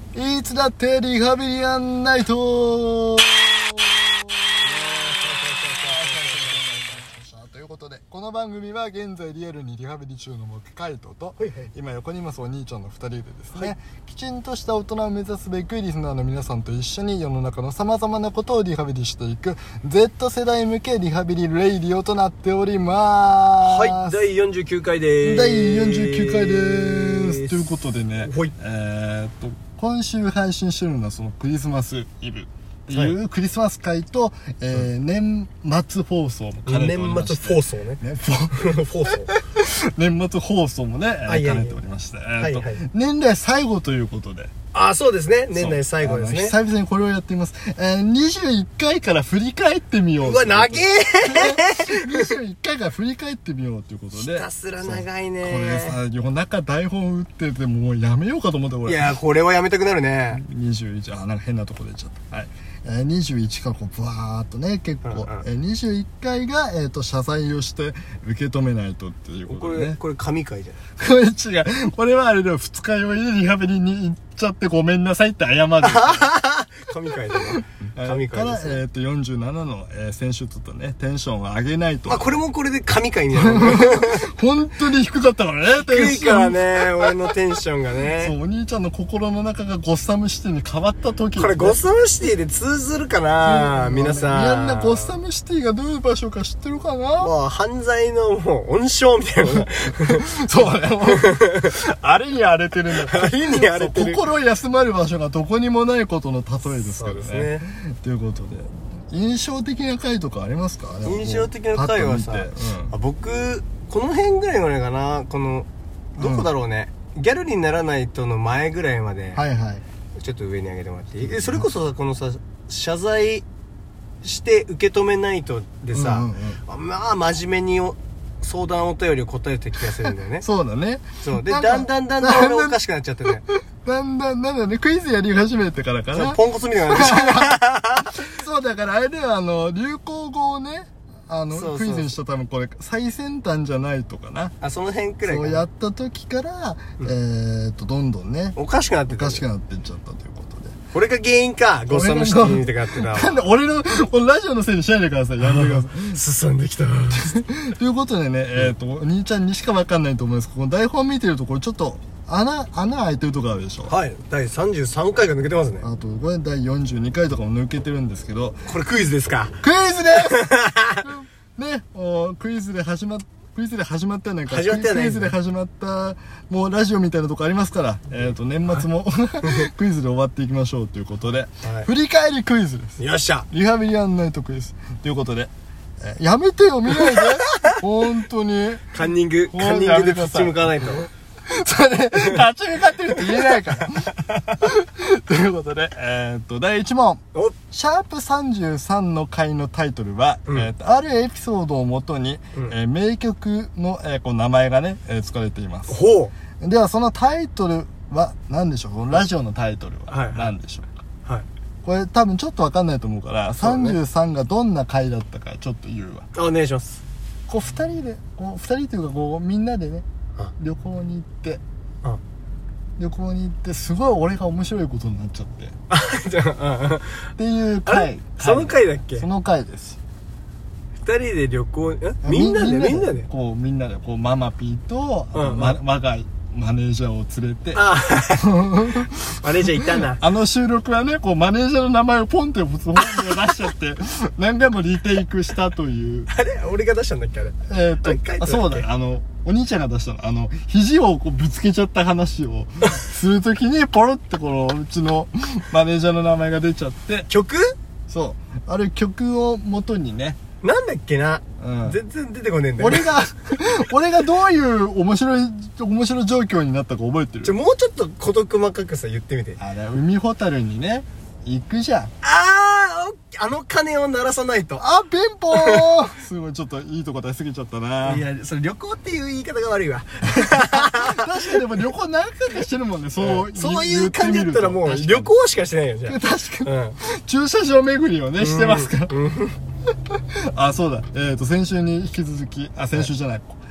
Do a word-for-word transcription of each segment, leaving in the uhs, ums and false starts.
いつだってリハビリアンナイトということで、この番組は現在リアルにリハビリ中の僕カイトと、はいはい、今横にいますお兄ちゃんのふたりでですね、はい、きちんとした大人を目指すべくリスナーの皆さんと一緒に世の中のさまざまなことをリハビリしていく Z 世代向けリハビリレイディオとなっております。 はい、だいよんじゅうきゅうかいでーす。 だいよんじゅうきゅうかいでーす。ということでね、はい、えー、っと今週配信してるのはそのクリスマスイブっていうクリスマス会と、はい、えー、年末放送も兼ねておりまして、 年末放送ねね放送年末放送もね兼ねておりまして、えー、と、はいはい、年内最後ということで、 あ、そうですね、年内最後ですね。 久々にこれをやっています。えー、にじゅういっかいから振り返ってみよう。 うわ、長えにじゅういっかいから振り返ってみようということで、 ひたすら長いね。 これさ、夜中台本打っててもうやめようかと思ったこれ。 いや、これはやめたくなるね。 にじゅういち、あ、なんか変なとこ出ちゃった。はい。えー、にじゅういちからこうブワーっとね、結構、うんうん、えー、にじゅういっかいが、えー、と謝罪をして受け止めないとっていうことでね。 これこれ神回じゃない。 これ違う、これはあれだよ、二日酔いでリハビリに行っちゃってごめんなさいって謝る神回だね。神回です、ね、 から、えー、とよんじゅうななの、えー、選手ととねテンションを上げないと、 まあ、これもこれで神回になる本当に低かったからね、 テンション低いからね、俺のテンションがね。 そう、お兄ちゃんの心の中がゴッサムシティに変わった時、ね、 これゴッサムシティで通ずるかな、うん、皆さんみんなゴッサムシティがどういう場所か知ってるかな。 もう犯罪のもう温床みたいなそうね、もうあれに荒れてるんだあれに荒れてる、 心休まる場所がどこにもないことの例えですからね。そうですね。ということで、印象的な回とかありますか？ 印象的な回はさ、うん、あ、僕この辺ぐらいまでかな、このどこだろうね、うん、ギャルにならないとの前ぐらいまで、はいはい、ちょっと上に上げてもらっていい？それこそさ、このさ謝罪して受け止めないとでさ、うんうんうん、まあ真面目に相談お便りを答えて気がするんだよね。 そうだね。 そうで、だんだんだんだん俺おかしくなっちゃってね。 だんだんなんだね、クイズやり始めてからかな。 ポンコツみたいなそうだから、あれではあの流行語をね、あのそうそうそう、クイズにした多分これ最先端じゃないとかな、 あ、その辺くらいかな。 そうやった時から、うん、えーとどんどんねおかしくなってた、 おかしくなっていっちゃったということで、 これが原因か。ゴッサムシティにてかってな。 なんで俺のこのラジオのせいにしないでください。やめてください。 進んできたということでね、えっとお兄ちゃんにしか分かんないと思います。この台本見てるとこれちょっと穴穴開いてるとこあるでしょ。 はい、だいさんじゅうさんかいが抜けてますね。 あとこれだいよんじゅうにかいとかも抜けてるんですけど、 これクイズですか？ クイズですね。おクイズで始まっクイズで始まったやないか。 始まったやないクイズで始まったもうラジオみたいなとこありますから、えっと年末もクイズで終わっていきましょうということで、はい、振り返りクイズです。 よっしゃ。 リハビリアンナイトクイズということで、えー、やめてよ、見ないで本当にカンニングカンニングで立ち向かないと。 それ立ち向かってるって言えないからということで、えー、っとだいいち問、シャープさんじゅうさんの回のタイトルは、うん、えー、っとあるエピソードをもとに、うん、えー、名曲の、えー、こう名前がね、えー、使われています。 ほうではそのタイトルは何でしょう。このラジオのタイトルは何でしょうか。はい、はい、これ多分ちょっと分かんないと思うから、ね、さんじゅうさんがどんな回だったかちょっと言うわ。 お願いします。 こうふたりでこうふたりというかこうみんなでね旅行に行って、あ旅行に行ってすごい俺が面白いことになっちゃってっていう回、 その回だっけ。 その回です。 ふたりで旅行、えみんなでみんなでこうみんなでこうママピーと、うんうん、ま、我がマネージャーを連れて、 あマネージャーいたな。 あの収録はね、こうマネージャーの名前をポンって普通本名出しちゃって何回もリテイクしたという。 あれ俺が出したんだっけあれ。 えー、っとあそうだ、あのお兄ちゃんが出したの、あの肘をこうぶつけちゃった話をするときにポロってこのうちのマネージャーの名前が出ちゃって。 曲？ そうある曲を元にね。 なんだっけな、うん、全然出てこねえんだよ、ね、 俺が俺がどういう面白い面白い状況になったか覚えてる？ ちょもうちょっと事細かくさ言ってみて。 あれ海ほたるにね行くじゃん。 あーあの鐘を鳴らさないと。 あピンポーンすごいちょっといいとこ出しすぎちゃったな。 いやそれ旅行っていう言い方が悪いわ確かにでも旅行何回かしてるもんね。そう、うん、 そういう感じだったらもう旅行しかしてないよ。じゃあ確かに、うん、駐車場巡りをねしてますから、うんうんあ、そうだ。えっと、先週に引き続き、あ、先週じゃない。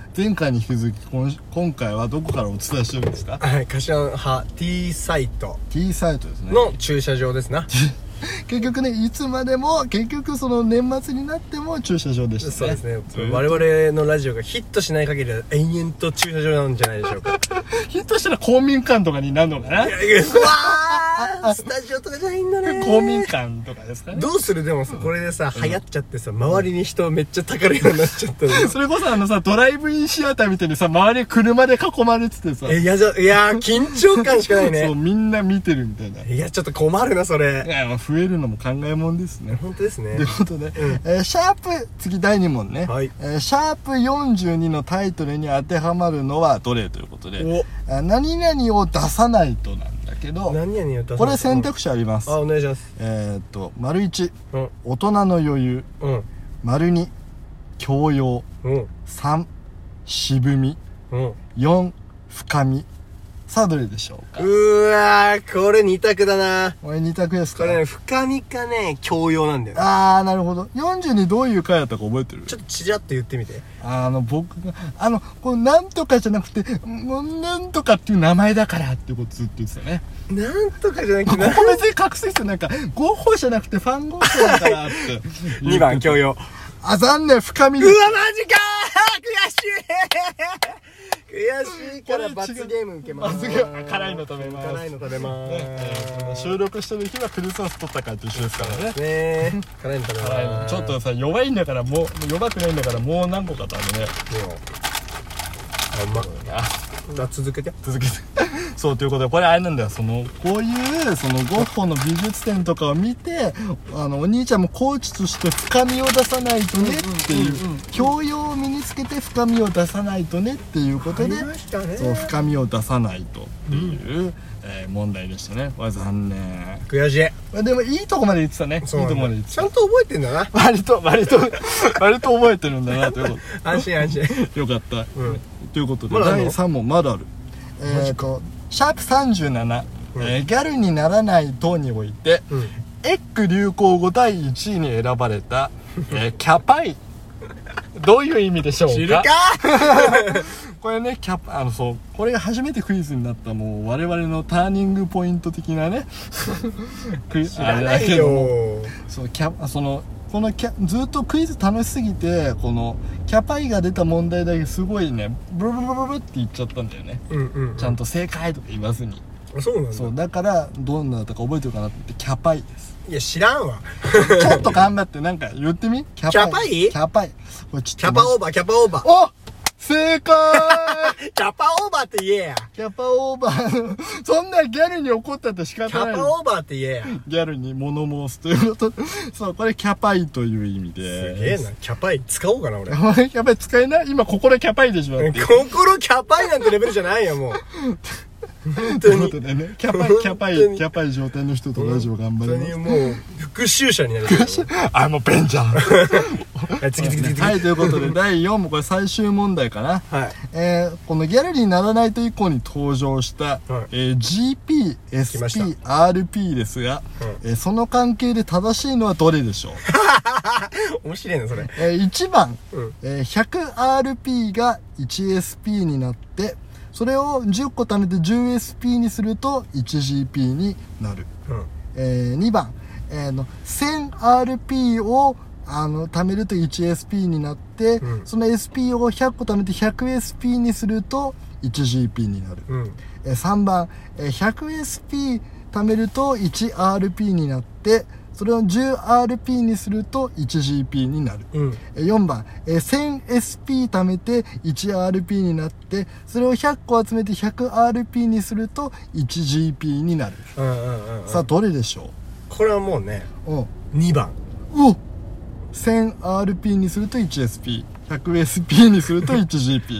前回に引き続き今今回はどこからお伝えしてるんですか？ はい、柏派 T サイト T サイトですねの駐車場ですな結局ね、いつまでも結局その年末になっても駐車場でしたね。 そうですね、我々のラジオがヒットしない限りは延々と駐車場なんじゃないでしょうかヒットしたら公民館とかになるのかな。 うわースタジオとかじゃないんだね。 公民館とかですかね。 どうするでもさ、これでさ、流行っちゃってさ、周りに人めっちゃたかるようになっちゃったのそれこそあのさ、ドライブインシアターみたいにさ、周り車で囲まれててさ、 え、いやじゃ、いやー緊張感しかないねそう、みんな見てるみたいな。 いやちょっと困るなそれ。 いや、まあ増えるのも考えもんですね。 本当ですね。 ということで、うん、えー、シャープ次だいに問ね、はい、えー、シャープよんじゅうにのタイトルに当てはまるのはどれということで、お何々を出さないとなんだけど、 何々を出さないと、 これ選択肢あります。 あ、お願いします。 えー、っと丸いち、うん、大人の余裕、うん、丸に教養、うん、さん渋み、うん、よん深み。さあどれでしょうか。 うわー、これに択だな。 これに択ですか。 これね、深みかね、教養なんだよね。 あー、なるほど。よんじゅうにどういう回だったか覚えてる？ ちょっとちらっと言ってみて。 あの僕があのこのなんとかじゃなくてもうなんとかっていう名前だからっていうことずっと言ってたね。 なんとかじゃなくて、 ここ別に隠す必要なんかゴッホじゃなくてファンゴッホだからってにばん教養。 あ、残念、深み。 うわ、マジかー、悔しい悔しいから罰ゲーム受けます。 罰ゲーム、辛いの食べます。 辛いの食べます、ねえー、収録してる日はクリスマス撮った回と一緒ですからね。 ね辛いの食べます。 ちょっとさ、弱いんだからもう弱くないんだからもう何個か食べね。 あ、うまっ。あ、続けて続けてそうということで、これあれなんだよ、そのこういうそのゴッホの美術展とかを見て、あのお兄ちゃんもコーチとして深みを出さないとねっていう、教養を身につけて深みを出さないとねっていうことで、そう深みを出さないとっていう、うん、えー、問題でしたね。これ残念、 悔しい。 でもいいとこまで言ってたね。いいとこまで言ってた。 ちゃんと覚えてんだな。 割と割と割と覚えてるんだなということ。 安心安心。 よかった、うん、ということでだいさん問まだある。えーとシャープさんじゅうなな、うん、えー、ギャルにならない党において、うん、エッグ流行語だいいちいに選ばれた、えー、キャパイどういう意味でしょうか。 知るかこれね、キャパあのそうこれが初めてクイズになったもう我々のターニングポイント的なねクイズあれだけども、そうキャそのこのキャずっとクイズ楽しすぎて、このキャパイが出た問題だけすごいねブルブルブルブルって言っちゃったんだよね、うんうんうん、ちゃんと正解とか言わずに。 そうなんだ。 そうだからどんなだったか覚えてるかなって言ってキャパイです。 いや知らんわちょっと頑張ってなんか言ってみ。 キャパイキャパイこれちょっとキャパオーバーキャパオーバー。 お正解キャパオーバーって言えや。 キャパオーバーそんなギャルに怒ったって仕方ない。 キャパオーバーって言えや。 ギャルに物申すということそうこれキャパイという意味で。 すげえな。キャパイ使おうかな俺。 キャパイ使えない。今心キャパイでしょ。 心キャパイなんてレベルじゃないよもうということでね、キャパイキャパイキャパイ状態の人とラジオ頑張ります。 本当にもう復讐者になる。 あ、もうベンジャー次次次次。 はい、ということでだいよん問、これ最終問題かな。はい、えー、このギャルにならないと以降に登場した、はい、えー、ジーピー、エスピー、アールピー ですが、うん、えー、その関係で正しいのはどれでしょう。面白いなそれ。 えー、いちばん、うん、えー、ひゃくアールピー が いちエスピー になって、それをじゅっこ貯めて じゅうエスピー にすると いちジーピー になる、うん、えー、にばん、えー、の せんアールピー をあの貯めると いちエスピー になって、うん、その エスピー をひゃっこ貯めて ひゃくエスピー にすると いちジーピー になる、うん、えー、さんばん、えー、ひゃくエスピー 貯めると いちアールピー になってそれを じゅうアールピー にすると いちジーピー になる、うん、えよんばん、えー、せんエスピー 貯めて いちアールピー になってそれをひゃっこ集めて ひゃくアールピー にすると いちジーピー になる、うんうんうんうん、さあどれでしょう。 これはもうね、うん、にばん。 お せんアールピー にすると いちエスピー、ひゃくエスピー にすると いちジーピーはい、 こ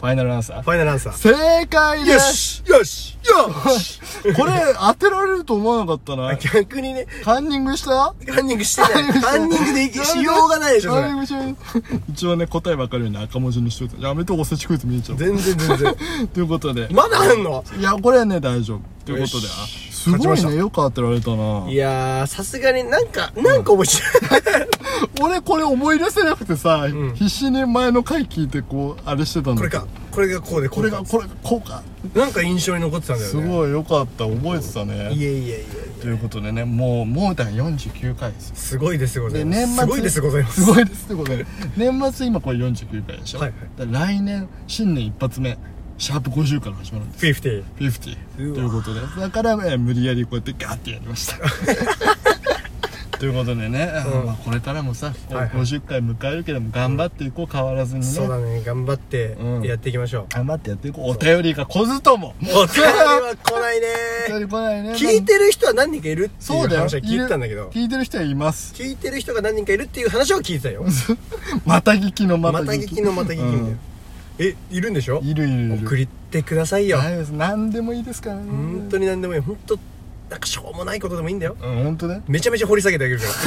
ァイナルアンサーファイナルアンサー。 正解です。 よしよしこれ当てられると思わなかったな。 逆にね。 カンニングしたカンニングしてない。カンニングでしようがないでしょ、それ。 一応ね、答え分かるように赤文字にしといた。やめて、おせちクイズ見えちゃう。 全然全然。 ということで。 まだあんの？ いや、これはね、大丈夫。ということで、あ、すごいね、よく当てられたな。 いやー、さすがになんか、なんか面白い。 俺これ思い出せなくてさ、必死に前の回聞いてこう、あれしてたんだ。 これか。これがこうで、 これが、これがこうか。 なんか印象に残ってたんだよね。 すごいよかった、覚えてたね。 いえいえいえ。 ということでね、もう、もうだよんじゅうきゅうかいですよ。 すごいですございます。 年末すごいですございます。 すごいですございます。年末今これよんじゅうきゅうかいでしょ。 はいはい。来年、新年一発目。シャープごじゅうから始まるんです。 フィフティー。 フィフティー。ということで。だから、ね、無理やりこうやってガーってやりました。ということでね、うん、まあこれからもさ、ごじゅっかい迎えるけども頑張っていこう、変わらずにね。 そうだね、頑張ってやっていきましょう。うん、 頑張ってやっていこう。お便りが来ずとも。 お便りは来ないね。 お便り来ないね。 聞いてる人は何人かいるっていう話は聞いてたんだけど。 聞いてる人はいます。 聞いてる人が何人かいるっていう話を聞いてたよ。 また聞きのまた聞き。 また聞きのまた聞きみたいな。え、いるんでしょ？ いるいるいる。 送ってくださいよ。 何でもいいですからね。 本当に何でもいい。本当なんかしょうもないことでもいいんだよ。 うん、本当ね。 めちゃめちゃ掘り下げてあげるから。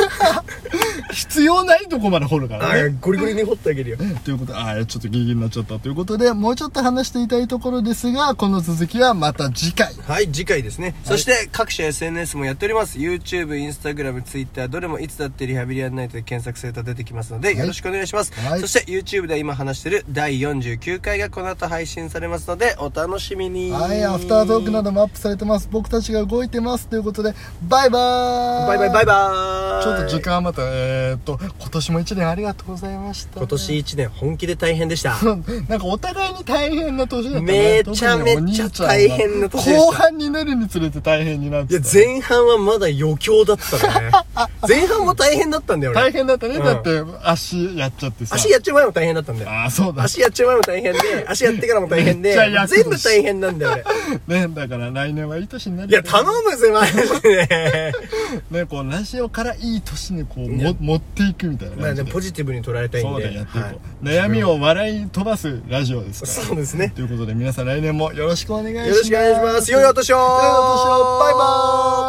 必要ないとこまで掘るからね。 あ、ゴリゴリに掘ってあげるよ。 ということで、あ、ちょっとギリギリになっちゃったということで、もうちょっと話していたいところですが、この続きはまた次回。 はい、次回ですね。はい、そして各種 エスエヌエス もやっております。YouTube、Instagram、Twitter、どれもいつだってリハビリアンナイトで検索すると出てきますので、はい、よろしくお願いします。はい、そして YouTube で今話しているだいよんじゅうきゅうかいがこの後配信されますので、お楽しみに。 はい、アフタートークなどもアップされてます。僕たちが動いてますということで、バイバーイ。 バイバイバイバーイ。 ちょっと時間はまた、えーっと、今年もいちねんありがとうございました、ね。 今年いちねん本気で大変でした。 なんかお互いに大変な年だったね。 めちゃめちゃ大変な年でした。 後半になるにつれて大変になってた。 いや、前半はまだ余興だったね。前半も大変だったんだよ、俺。 大変だったね。うん、だって、足やっちゃってさ。 足やっちゃう前も大変だったんだよ。 ああ、そうだ。 足やっちゃう前も大変で、足やってからも大変で、全部大変なんだよ、俺。 ね、だから来年はいい年になる。 いや、頼むぜ、マジで。 ね、こう、ラジオからいい年にこう、も持っていくみたいな感じで。まあ、 でもポジティブに捉えたいんで。 そうだ、やっていこう。はい、悩みを笑い飛ばすラジオですから。 そうですね。 ということで、皆さん来年もよろしくお願いします。 よろしくお願いします。良いお年を。 良いお年を。バイバーイ。